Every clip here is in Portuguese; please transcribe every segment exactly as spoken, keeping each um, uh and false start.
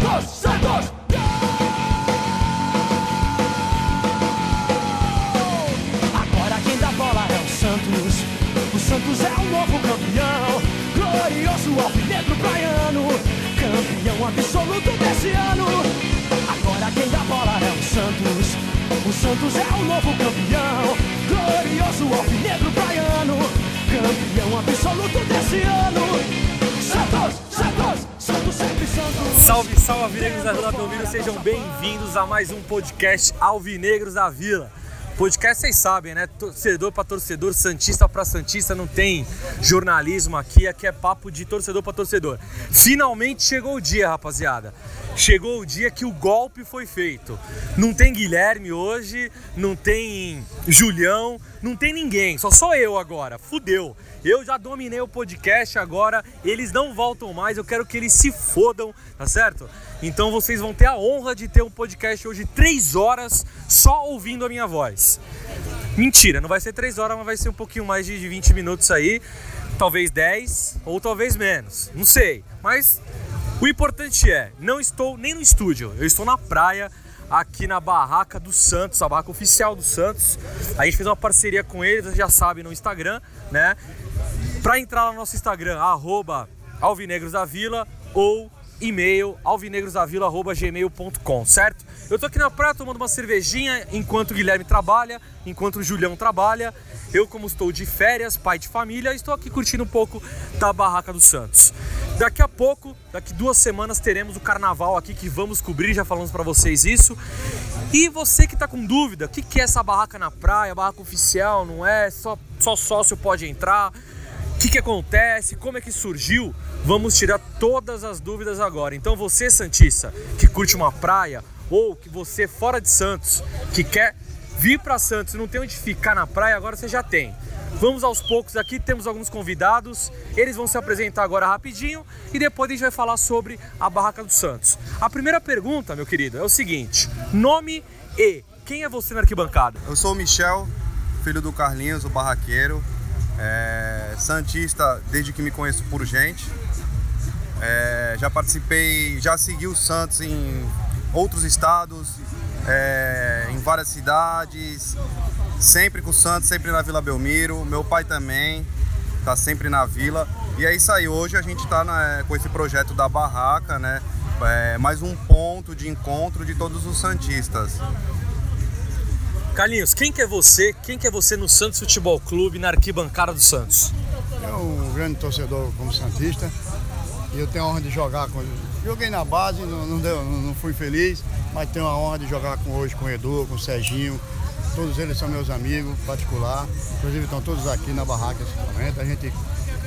Santos, Santos! Agora quem dá bola é o Santos. O Santos é o novo campeão. Glorioso alvinegro praiano, campeão absoluto desse ano. Agora quem dá bola é o Santos. O Santos é o novo campeão. Glorioso alvinegro praiano, campeão absoluto desse ano. Santos, Santos, Santos sempre Santos. Salve, salve alvinegros da Vila Belmiro, sejam bem-vindos a mais um podcast Alvinegros da Vila. Podcast vocês sabem, né? Torcedor para torcedor, santista para santista, não tem jornalismo aqui, aqui é papo de torcedor para torcedor. Finalmente chegou o dia, rapaziada. Chegou o dia que o golpe foi feito. Não tem Guilherme hoje, não tem Julião, não tem ninguém, só sou eu agora. Fudeu. Eu já dominei o podcast agora, eles não voltam mais, eu quero que eles se fodam, tá certo? Então vocês vão ter a honra de ter um podcast hoje três horas só ouvindo a minha voz. Mentira, não vai ser três horas, mas vai ser um pouquinho mais de vinte minutos aí, talvez dez ou talvez menos, não sei. Mas o importante é, não estou nem no estúdio, eu estou na praia, aqui na barraca do Santos, a barraca oficial do Santos. A gente fez uma parceria com eles, vocês já sabem, no Instagram, né? Para entrar lá no nosso Instagram, arroba Alvinegros da Vila ou e-mail alvinegrosdavila arroba gmail ponto com, certo? Eu tô aqui na praia tomando uma cervejinha enquanto o Guilherme trabalha, enquanto o Julião trabalha. Eu, como estou de férias, pai de família, estou aqui curtindo um pouco da barraca do Santos. Daqui a pouco, daqui duas semanas, teremos o carnaval aqui que vamos cobrir, já falamos para vocês isso. E você que tá com dúvida, o que, que é essa barraca na praia, barraca oficial, não é? Só, só sócio pode entrar? O que, que acontece? Como é que surgiu? Vamos tirar todas as dúvidas agora. Então você, santista, que curte uma praia, ou que você fora de Santos, que quer vir para Santos e não tem onde ficar na praia, agora você já tem. Vamos aos poucos aqui, temos alguns convidados, eles vão se apresentar agora rapidinho e depois a gente vai falar sobre a barraca do Santos. A primeira pergunta, meu querido, é o seguinte: nome e quem é você na arquibancada? Eu sou o Michel, filho do Carlinhos, o barraqueiro. É, santista desde que me conheço por gente. É, já participei, já segui o Santos em outros estados, é, em várias cidades, sempre com o Santos, sempre na Vila Belmiro. Meu pai também tá sempre na Vila. E é isso aí, hoje a gente tá na, com esse projeto da barraca, né? É, mais um ponto de encontro de todos os santistas. Carlinhos, quem que é você? Quem que é você no Santos Futebol Clube, na arquibancada do Santos? Eu um grande torcedor como santista e eu tenho a honra de jogar com... Joguei na base, não, não, deu, não fui feliz, mas tenho a honra de jogar com, hoje com o Edu, com o Serginho. Todos eles são meus amigos particular, inclusive estão todos aqui na barraca nesse momento. A gente...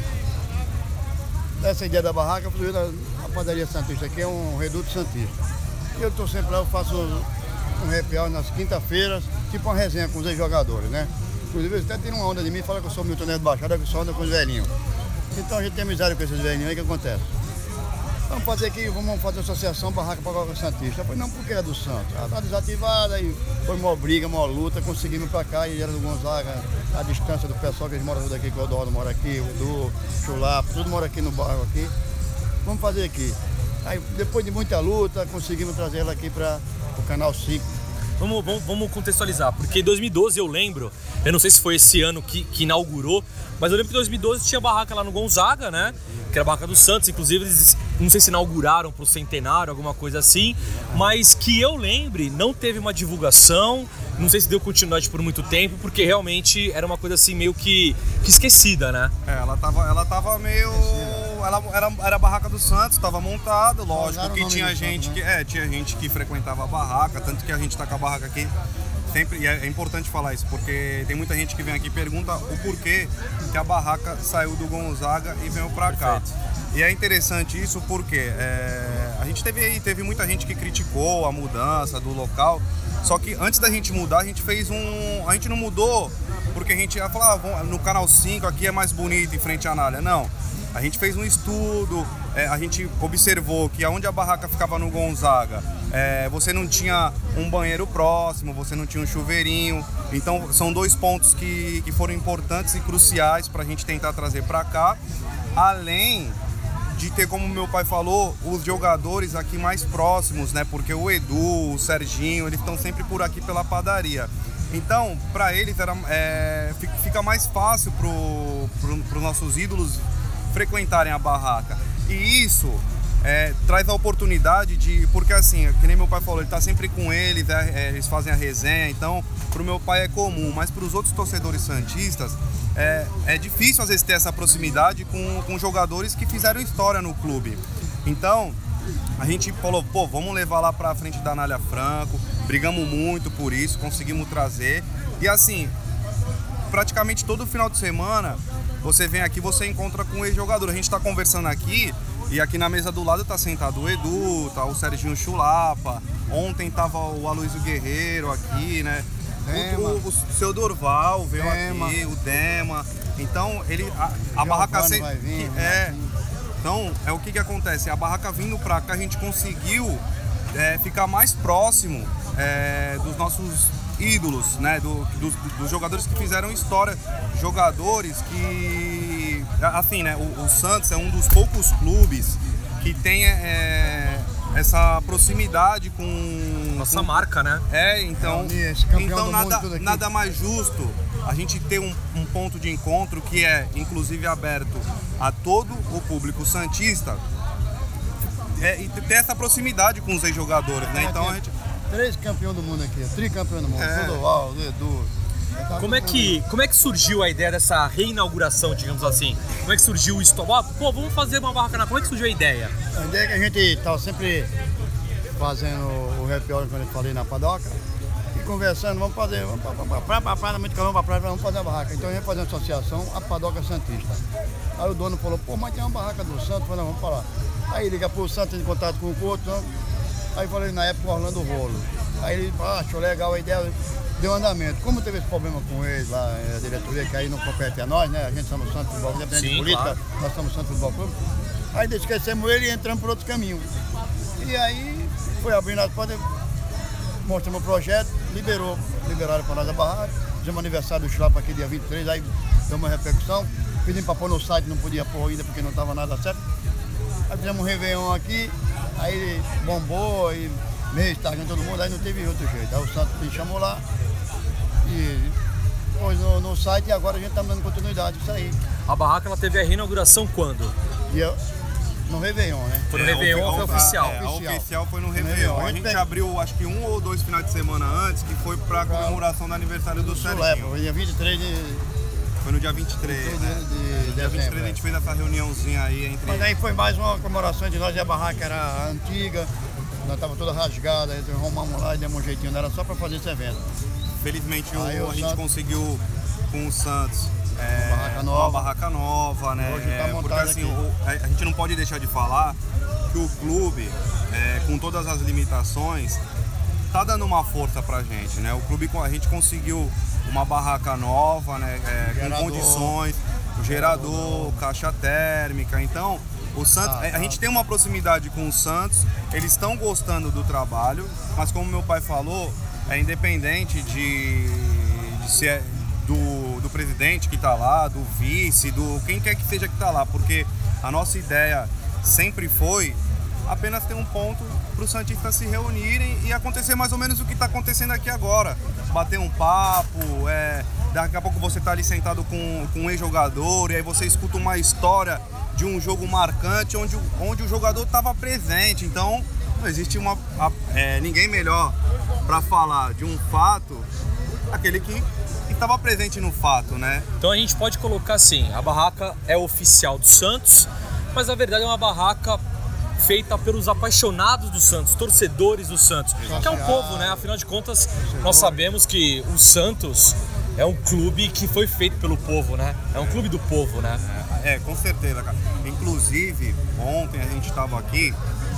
Essa ideia da barraca, a padaria santista aqui é um reduto santista. E eu estou sempre lá, eu faço um happy hour nas quinta-feiras, tipo uma resenha com os ex-jogadores, né? Inclusive eles até tiram uma onda de mim e falam que eu sou Milton Neto Baixada, que eu só ando com os velhinhos. Então a gente tem amizade com esses velhinhos aí, que acontece? Vamos fazer aqui, vamos fazer associação Barraca para Santista. Foi não porque é do Santos. Ela está desativada e foi uma briga, uma luta, conseguimos para cá e era do Gonzaga, a distância do pessoal que eles moram daqui, que o Eduardo mora aqui, o Du, Chulapa, tudo mora aqui no bairro aqui. Vamos fazer aqui. Aí depois de muita luta, conseguimos trazer ela aqui para o Canal cinco. Vamos, vamos, vamos contextualizar, porque em dois mil e doze eu lembro, eu não sei se foi esse ano que, que inaugurou, mas eu lembro que em dois mil e doze tinha barraca lá no Gonzaga, né? Que era a barraca do Santos, inclusive eles, não sei se inauguraram pro centenário, alguma coisa assim, mas que eu lembre, não teve uma divulgação, não sei se deu continuidade por muito tempo, porque realmente era uma coisa assim meio que, que esquecida, né? É, ela tava, ela tava meio... Ela era, era a barraca do Santos, estava montada, lógico que tinha gente que, é, tinha gente que frequentava a barraca, tanto que a gente tá com a barraca aqui sempre, e é, é importante falar isso, porque tem muita gente que vem aqui e pergunta o porquê que a barraca saiu do Gonzaga e veio pra cá. E é interessante isso porque é, a gente teve aí, teve muita gente que criticou a mudança do local, só que antes da gente mudar, a gente fez um... A gente não mudou porque a gente ia falar, ah, no Canal cinco aqui é mais bonito em frente à Anália. Não. A gente fez um estudo, é, a gente observou que onde a barraca ficava no Gonzaga, é, você não tinha um banheiro próximo, você não tinha um chuveirinho. Então são dois pontos que, que foram importantes e cruciais para a gente tentar trazer para cá. Além de ter, como meu pai falou, os jogadores aqui mais próximos, né? Porque o Edu, o Serginho, eles estão sempre por aqui pela padaria. Então, para eles era, é, fica mais fácil pro, pro, pro nossos ídolos frequentarem a barraca. E isso é, traz a oportunidade de... Porque assim, que nem meu pai falou, ele tá sempre com eles, é, é, eles fazem a resenha, então pro meu pai é comum, mas pros outros torcedores santistas é, é difícil às vezes ter essa proximidade com, com jogadores que fizeram história no clube. Então, a gente falou, pô, vamos levar lá pra frente da Anália Franco, brigamos muito por isso, conseguimos trazer. E assim, praticamente todo final de semana, você vem aqui, você encontra com um ex-jogador. A gente tá conversando aqui, e aqui na mesa do lado tá sentado o Edu, tá o Serginho Chulapa, ontem tava o Aloysio Guerreiro aqui, né? O, o, o seu Dorval veio Dema. aqui, o Dema. Então, ele, a, a barraca... Se, vai vir, que, é, então, é o que que acontece? A barraca vindo pra cá, a gente conseguiu é, ficar mais próximo é, dos nossos ídolos, né? Do, dos, dos jogadores que fizeram história. Jogadores que... Assim, né? O, o Santos é um dos poucos clubes que tem é, essa proximidade com... Nossa com, marca, né? É, então... É, esse campeão então do nada, mundo nada mais justo a gente ter um, um ponto de encontro que é, inclusive, aberto a todo o público santista é, e ter essa proximidade com os ex-jogadores, né? Então a gente... Três campeões do mundo aqui, tricampeão do mundo, É. Clodoval, Edu. Como é, que, como é que surgiu a ideia dessa reinauguração, digamos assim? Como é que surgiu o estômago? Ah, pô, vamos fazer uma barraca na... Como é que surgiu a ideia? A ideia é que a gente estava sempre fazendo o happy hour, quando eu falei na padoca, e conversando, vamos fazer, vamos pra praia, pra praia, praia, muito calor, pra praia, vamos fazer a barraca. Então a gente fazer uma associação, a Padoca Santista. Aí o dono falou, pô, mas tem uma barraca do Santos, falei, vamos falar. Aí liga pro Santos, em contato com o Couto, aí falei na época o Orlando Rolo. Aí ele ah, achou legal a ideia, deu andamento. Como teve esse problema com eles lá, a diretoria, que aí não compete a nós, né? A gente somos Santos Futebol Clube, independente de política, claro. Nós somos Santos Futebol Clube. Aí esquecemos ele e entramos por outro caminho. E aí foi abrindo as portas, mostramos o projeto, liberou, liberaram para nós a barraca, fizemos aniversário do Chulapa aqui dia vinte e três, aí deu uma repercussão, pedimos para pôr no site, não podia pôr ainda porque não estava nada certo. Aí fizemos um Réveillon aqui, aí bombou, e meio Instagram todo mundo, aí não teve outro jeito. Aí o Santos me chamou lá e pôs no, no site e agora a gente está dando continuidade isso aí. A barraca ela teve a reinauguração quando? E eu, no Réveillon, né? Foi no É, Réveillon, a- foi a- oficial. é, a Oficial. oficial foi no No Réveillon. Réveillon. A A gente gente abriu acho que um ou dois finais de semana antes, que foi pra comemoração do aniversário do Sulepa, Serginho. dia vinte e três de, Foi no dia vinte e três, de, né? de, de Dia vinte e três dezembro. a gente fez essa reuniãozinha aí entre... Mas aí foi mais uma comemoração de nós, e a barraca era antiga, nós estava toda rasgada, aí arrumamos lá e demos um jeitinho, não era só para fazer esse evento. Felizmente o- Aí o a gente Santos- conseguiu com o Santos é, Uma barraca nova. uma barraca nova, né? Hoje tá É, porque montada assim, aqui. o- a, a gente não pode deixar de falar que o clube, é, com todas as limitações, tá dando uma força pra gente, né? O clube, a gente conseguiu uma barraca nova, né? É, com Gerador. condições, o gerador, caixa térmica, então... O Santos, Ah, a gente tem uma proximidade com o Santos, eles estão gostando do trabalho, mas como meu pai falou, é independente de, de ser do, do presidente que está lá, do vice, do quem quer que seja que está lá, porque a nossa ideia sempre foi apenas ter um ponto para os santistas se reunirem e acontecer mais ou menos o que está acontecendo aqui agora. Bater um papo, é, daqui a pouco você está ali sentado com, com um ex-jogador e aí você escuta uma história de um jogo marcante onde, o- onde o jogador estava presente. Então, não existe uma, a- é, ninguém melhor para falar de um fato, aquele que estava presente no fato, né? Então a gente pode colocar assim, a barraca é oficial do Santos, mas na verdade é uma barraca feita pelos apaixonados do Santos, torcedores do Santos, que é o povo, né? Afinal de contas, nós sabemos que o Santos é um clube que foi feito pelo povo, né? É um clube do povo, né? É, com certeza, cara. Inclusive, ontem a gente estava aqui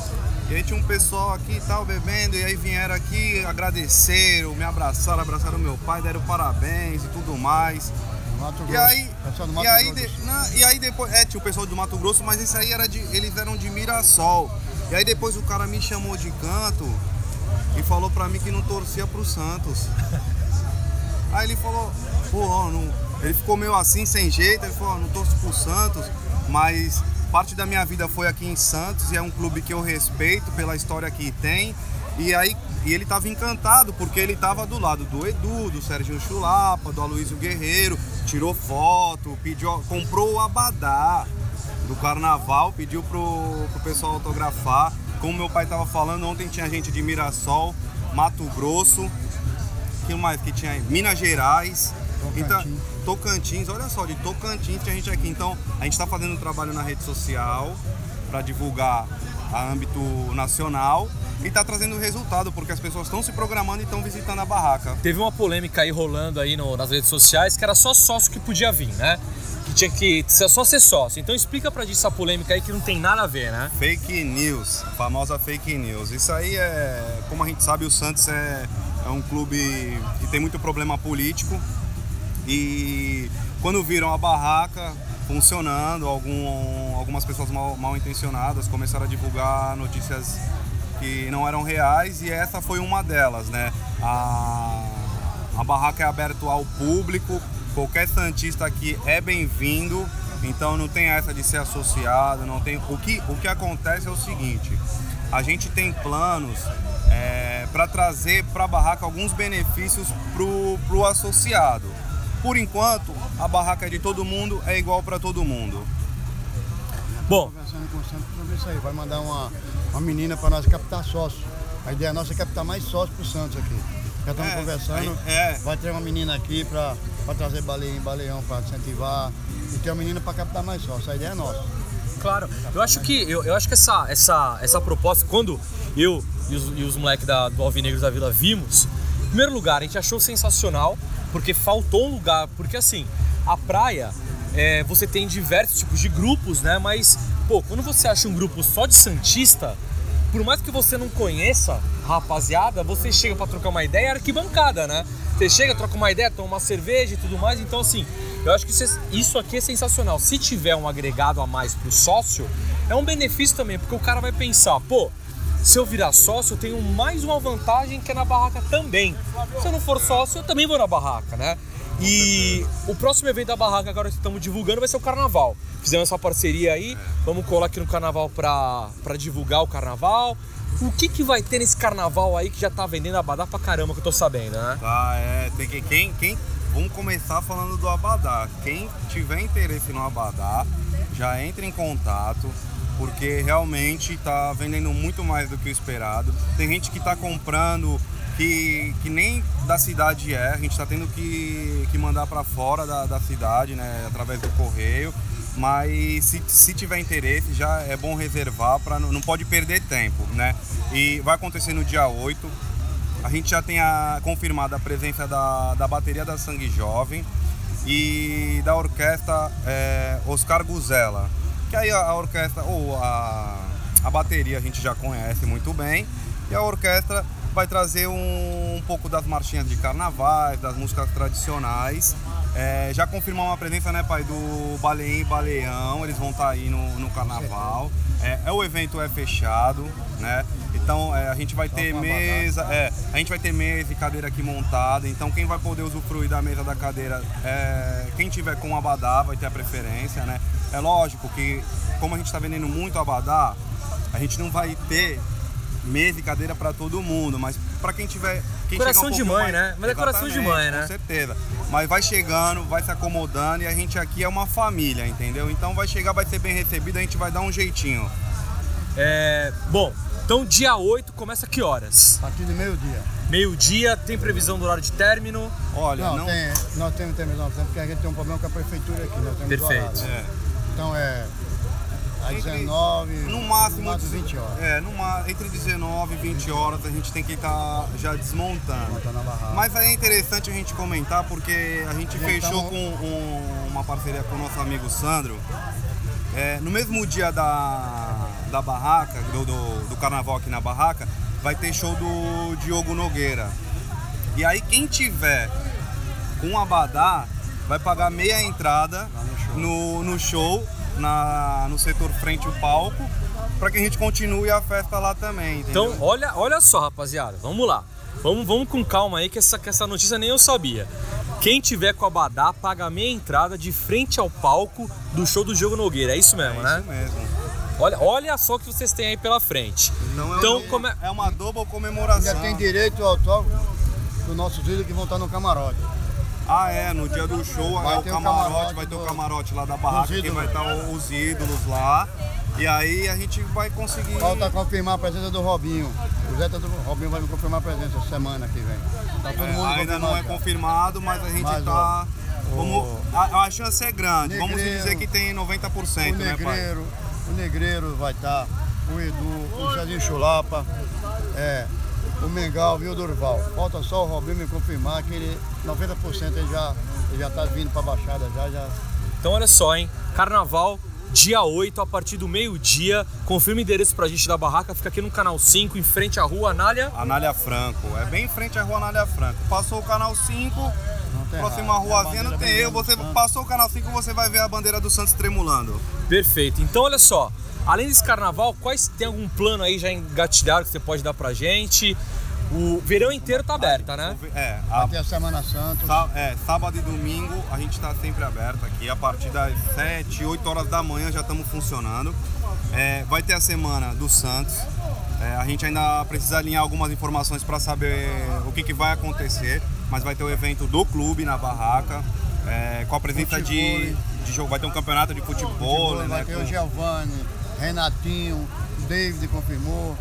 e aí tinha um pessoal aqui e tal, bebendo, e aí vieram aqui, agradeceram, me abraçaram, abraçaram meu pai, deram parabéns e tudo mais. Mato E Grosso, aí, pessoal do Mato e aí, Grosso. de- não, e aí depois, é, tinha o pessoal do Mato Grosso, mas esse aí era de, eles eram de Mirassol. E aí depois o cara me chamou de canto e falou pra mim que não torcia pro Santos. Aí ele falou, pô, ó, não, ele ficou meio assim, sem jeito, ele falou, ó, não torço pro Santos, mas parte da minha vida foi aqui em Santos e é um clube que eu respeito pela história que tem. E aí e ele estava encantado porque ele estava do lado do Edu, do Serginho Chulapa, do Aloysio Guerreiro, tirou foto, pediu, comprou o abadá do carnaval, pediu pro, pro pessoal autografar. Como meu pai estava falando, ontem tinha gente de Mirassol, Mato Grosso, que mais que tinha aí? Minas Gerais, Tocantins. Então, Tocantins, olha só, de Tocantins tinha gente aqui. Então a gente está fazendo um trabalho na rede social para divulgar a âmbito nacional e está trazendo resultado, porque as pessoas estão se programando e estão visitando a barraca. Teve uma polêmica aí rolando aí no, nas redes sociais que era só sócio que podia vir, né? Que tinha que ser só ser sócio. Então explica pra gente essa polêmica aí que não tem nada a ver, né? Fake news, famosa fake news. Isso aí é, como a gente sabe, o Santos é, é um clube que tem muito problema político e quando viram a barraca funcionando, algum, algumas pessoas mal, mal intencionadas começaram a divulgar notícias que não eram reais e essa foi uma delas, né? A, a barraca é aberta ao público, qualquer santista aqui é bem-vindo, então não tem essa de ser associado, não tem... O que, o que acontece é o seguinte, a gente tem planos é, para trazer para a barraca alguns benefícios pro, pro associado. Por enquanto, a barraca é de todo mundo, é igual para todo mundo. Bom, conversando com o Santos sobre isso aí, vai mandar uma, uma menina para nós captar sócio. A ideia nossa é captar mais sócio para o Santos aqui. Já estamos É, conversando, é. vai ter uma menina aqui para trazer baleia, baleão para incentivar e ter uma menina para captar mais sócio. A ideia é nossa. claro, eu acho que, eu, eu acho que essa, essa, essa proposta, quando eu e os, e os moleques da, do Alvinegros da Vila vimos, em primeiro lugar, a gente achou sensacional, porque faltou um lugar, porque assim, a praia, é, você tem diversos tipos de grupos, né? Mas, pô, quando você acha um grupo só de santista, por mais que você não conheça a rapaziada, você chega pra trocar uma ideia, é arquibancada, né? Você chega, troca uma ideia, toma uma cerveja e tudo mais, então assim, eu acho que isso aqui é sensacional. Se tiver um agregado a mais pro sócio, é um benefício também, porque o cara vai pensar, pô, se eu virar sócio, eu tenho mais uma vantagem que é na barraca também. Se eu não for sócio, eu também vou na barraca, né? E o próximo evento da barraca, agora que estamos divulgando, vai ser o Carnaval. Fizemos essa parceria aí, vamos colar aqui no Carnaval pra, pra divulgar o Carnaval. O que que vai ter nesse Carnaval aí que já tá vendendo abadá pra caramba, que eu tô sabendo, né? Tá, é, tem que, quem, quem, vamos começar falando do abadá. Quem tiver interesse no abadá, já entre em contato, porque realmente tá vendendo muito mais do que o esperado. Tem gente que tá comprando que, que nem da cidade é, a gente tá tendo que, que mandar para fora da, da cidade, né, através do correio. Mas se, se tiver interesse, já é bom reservar, para não, não pode perder tempo, né? E vai acontecer no dia oito. A gente já tem a, confirmado a presença da, da bateria da Sangue Jovem e da orquestra é, Oscar Guzella. Que aí a, a orquestra, ou a, a bateria a gente já conhece muito bem, e a orquestra vai trazer um, um pouco das marchinhas de carnavais, das músicas tradicionais. É, já confirmou uma presença, né, pai, do Baleim e Baleão, eles vão estar aí no, no carnaval. É, é, o evento é fechado, né? Então é, a gente vai ter mesa, é, a gente vai ter mesa e cadeira aqui montada. Então quem vai poder usufruir da mesa da cadeira, é, quem tiver com abadá vai ter a preferência, né? É lógico que, como a gente está vendendo muito abadá, a gente não vai ter mesa e cadeira para todo mundo, mas para quem tiver... Quem coração um de mãe, mais, né? Mas é coração de mãe, né? Com certeza. Mas vai chegando, vai se acomodando e a gente aqui é uma família, entendeu? Então vai chegar, vai ser bem recebido, a gente vai dar um jeitinho. É, bom, então dia oito começa que horas? A partir de meio-dia. Meio-dia, tem previsão do horário de término? Olha, Não, não... Tem, nós temos previsão, porque a gente tem um problema com a prefeitura aqui, nós temos Perfeito. horário. É. Então é às Entre- dezenove, No máximo, no máximo vinte horas. É, no ma- entre dezenove e vinte horas a gente tem que estar já desmontando. Tá na barraca. Mas aí é interessante a gente comentar porque a gente A gente fechou tá no- com um- uma parceria com o nosso amigo Sandro. É, no mesmo dia da, da barraca, do, do, do carnaval aqui na barraca, vai ter show do Diogo Nogueira. E aí quem tiver com abadá vai pagar meia entrada no, no show, na, no setor frente ao palco, para que a gente continue a festa lá também, entendeu? Então, olha, olha só, rapaziada, vamos lá. Vamos, vamos com calma aí, que essa, que essa notícia nem eu sabia. quem tiver com a Abadá paga meia entrada de frente ao palco do show do Diogo Nogueira. É isso mesmo, é né? Isso mesmo. Olha, olha só o que vocês têm aí pela frente. Não é então, um, como é... é uma double comemoração. Ainda tem direito ao autógrafo dos nossos ídolos que vão estar no camarote. Ah, é, no dia do show Vai é o ter o camarote, camarote vai ter do- o camarote lá da barraca, dos que vai ídolos. estar os ídolos lá. E aí a gente vai conseguir. Falta confirmar a presença do Robinho. O Zé tá do Robinho vai me confirmar a presença semana que vem. Tá todo É, mundo ainda não é já. confirmado, mas a gente Mas, tá. ó, Como, a, a chance é grande. Vamos Negreiro, dizer que tem noventa por O cento, né, pai? Negreiro, o Negreiro vai estar, o Edu, o Cezinho Chulapa, é, o Mengal, viu, o Durval. Falta só o Robinho me confirmar que ele, noventa por cento ele já, ele já tá vindo pra Baixada já, já. Então olha só, hein? Carnaval, dia oito, a partir do meio-dia. Confirma o endereço pra gente da barraca. Fica aqui no canal cinco, em frente à rua Anália. Anália Franco. É bem em frente à rua Anália Franco. Passou o canal cinco, tem próxima errado. ruazinha A não bandeira tem bem eu. grande Você do Santos. passou o canal cinco, você vai ver a bandeira do Santos tremulando. Perfeito. Então olha só, além desse carnaval, quais tem algum plano aí já engatilhado que você pode dar pra gente? O verão inteiro tá aberto, né? É, Vai a, ter a Semana Santa. sá- é, sábado e domingo a gente está sempre aberto aqui. A partir das sete, oito horas da manhã já estamos funcionando. É, vai ter a semana do Santos. É, a gente ainda precisa alinhar algumas informações para saber o que, que vai acontecer. Mas vai ter o evento do clube na barraca. É, com a presença de, de jogo. Vai ter um campeonato de futebol, Vai né? ter com- o Giovanni, Renatinho, o David confirmou,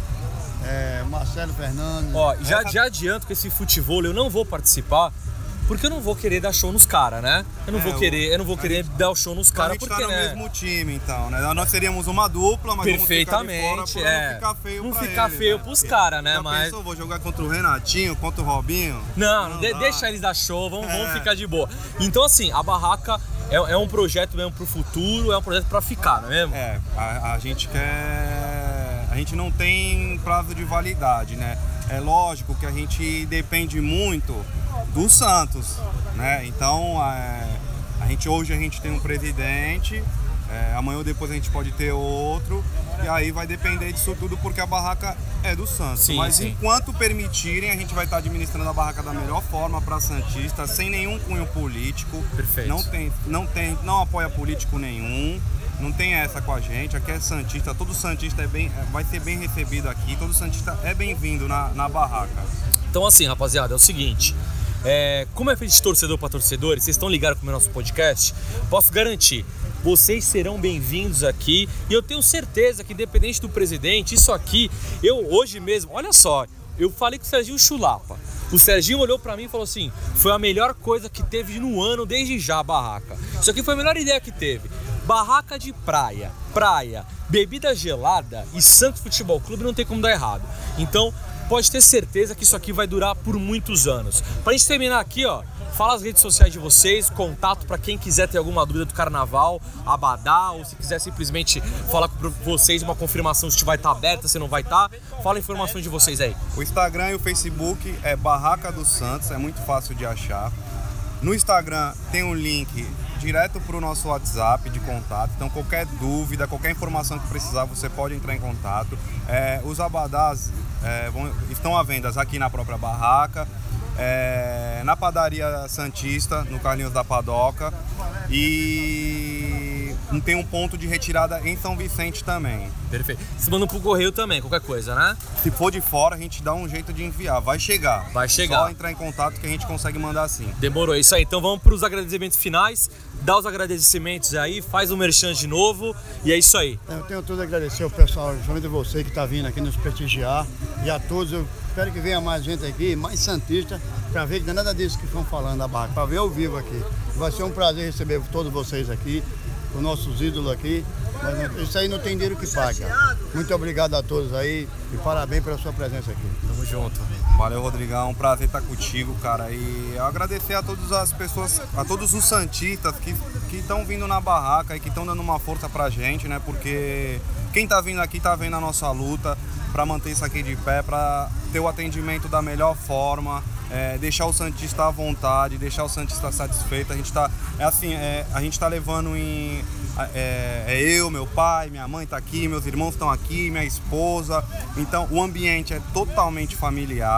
é, Marcelo Fernandes. Ó, já, Essa- já adianto que esse futebol eu não vou participar, porque eu não vou querer dar show nos caras, né? Eu não É, vou o- querer, eu não vou querer dar o show nos A caras, gente porque, tá no né? mesmo time, então, né? Nós seríamos uma dupla, mas Perfeitamente, vamos ficar de fora é. pra não ficar feio Não pra ficar eles, feio né? pros caras, né? Já Mas- pensou, vou jogar contra o Renatinho, contra o Robinho? Não, de- dá. deixa eles dar show, vamos, vamos É. ficar de boa. Então, assim, a barraca é, é um projeto mesmo pro futuro, é um projeto pra ficar, não é mesmo? É, a, a gente quer... A gente não tem prazo de validade, né? É lógico que a gente depende muito do Santos, né? Então, é, a gente, hoje a gente tem um presidente, é, amanhã ou depois a gente pode ter outro, e aí vai depender disso tudo porque a barraca é do Santos. Sim, Mas sim. enquanto permitirem, a gente vai estar administrando a barraca da melhor forma para Santista, sem nenhum cunho político. Perfeito. Não tem, não tem, não apoia político nenhum. Não tem essa com a gente, aqui é Santista, todo Santista é bem, vai ser bem recebido aqui, todo Santista é bem-vindo na, na barraca. Então, assim, rapaziada, é o seguinte. É, como é feito de torcedor para torcedores, vocês estão ligados com o nosso podcast, posso garantir, vocês serão bem-vindos aqui. E eu tenho certeza que, independente do presidente, isso aqui, eu hoje mesmo, olha só, eu falei com o Serginho Chulapa. O Serginho olhou pra mim e falou assim: foi a melhor coisa que teve no ano desde já a barraca. Isso aqui foi a melhor ideia que teve. Barraca de praia, praia, bebida gelada e Santos Futebol Clube não tem como dar errado. Então, pode ter certeza que isso aqui vai durar por muitos anos. Pra gente terminar aqui, ó, fala as redes sociais de vocês, contato pra quem quiser ter alguma dúvida do carnaval, Abadá, ou se quiser simplesmente falar com vocês uma confirmação se vai estar aberta, se não vai estar. Fala informações de vocês aí. O Instagram e o Facebook é Barraca do Santos, é muito fácil de achar. No Instagram tem um link direto para o nosso WhatsApp de contato, então qualquer dúvida, qualquer informação que precisar, você pode entrar em contato. É, os abadás é, vão, estão à venda aqui na própria barraca, é, na padaria Santista, no Carlinhos da Padoca, e tem um ponto de retirada em São Vicente também. Perfeito. Se manda pro correio também, qualquer coisa, né? Se for de fora, a gente dá um jeito de enviar, vai chegar. Vai chegar. Só entrar em contato que a gente consegue mandar assim. Demorou, isso aí. Então vamos para os agradecimentos finais. Dá os agradecimentos aí, faz o merchan de novo e é isso aí. Eu tenho tudo a agradecer ao pessoal, principalmente você que está vindo aqui nos prestigiar, e a todos. Eu espero que venha mais gente aqui, mais santista, para ver que não é nada disso que estão falando da barraca, para ver ao vivo aqui. Vai ser um prazer receber todos vocês aqui, os nossos ídolos aqui. Mas não- isso aí não tem dinheiro que pague. Cara. Muito obrigado a todos aí e parabéns pela sua presença aqui. Tamo junto. Valeu, Rodrigão. Um prazer estar contigo, cara. E eu agradecer a todas as pessoas, a todos os santistas que estão vindo na barraca e que estão dando uma força pra gente, né? Porque quem tá vindo aqui tá vendo a nossa luta para manter isso aqui de pé, para ter o atendimento da melhor forma, é, deixar o santista à vontade, deixar o santista satisfeito. A gente tá, é assim, é, a gente tá levando em É, é eu, meu pai, minha mãe tá aqui, meus irmãos estão aqui, minha esposa. Então o ambiente é totalmente familiar.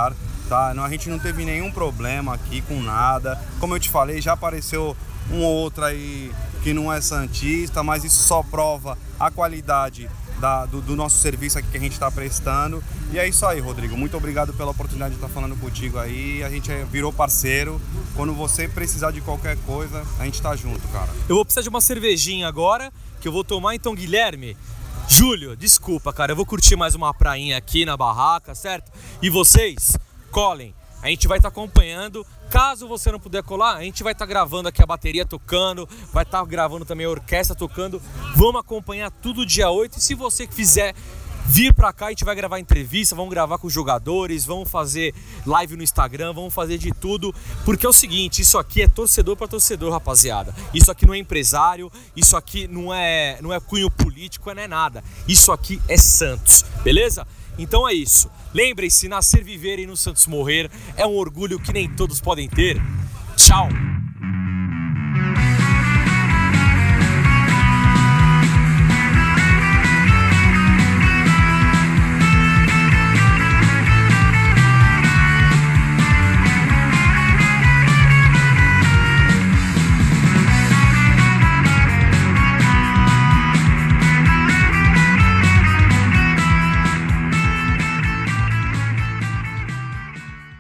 tá? Não, a gente não teve nenhum problema aqui com nada. Como eu te falei, já apareceu um ou outro aí que não é santista, mas isso só prova a qualidade da, do, do nosso serviço aqui que a gente está prestando. E é isso aí, Rodrigo. Muito obrigado pela oportunidade de estar falando contigo aí. A gente virou parceiro. Quando você precisar de qualquer coisa, a gente tá junto, cara. Eu vou precisar de uma cervejinha agora, que eu vou tomar. Então, Guilherme, Júlio, desculpa, cara. Eu vou curtir mais uma prainha aqui na barraca, certo? E vocês, colhem. A gente vai estar acompanhando. Caso você não puder colar, a gente vai estar gravando aqui a bateria tocando, vai estar gravando também a orquestra tocando. Vamos acompanhar tudo dia oito. E se você quiser vir pra cá, a gente vai gravar entrevista, vamos gravar com os jogadores, vamos fazer live no Instagram, vamos fazer de tudo. Porque é o seguinte, isso aqui é torcedor pra torcedor, rapaziada. Isso aqui não é empresário, isso aqui não é, não é cunho político, não é nada. Isso aqui é Santos, beleza? Então é isso. Lembrem-se, nascer, viver e no Santos morrer é um orgulho que nem todos podem ter. Tchau!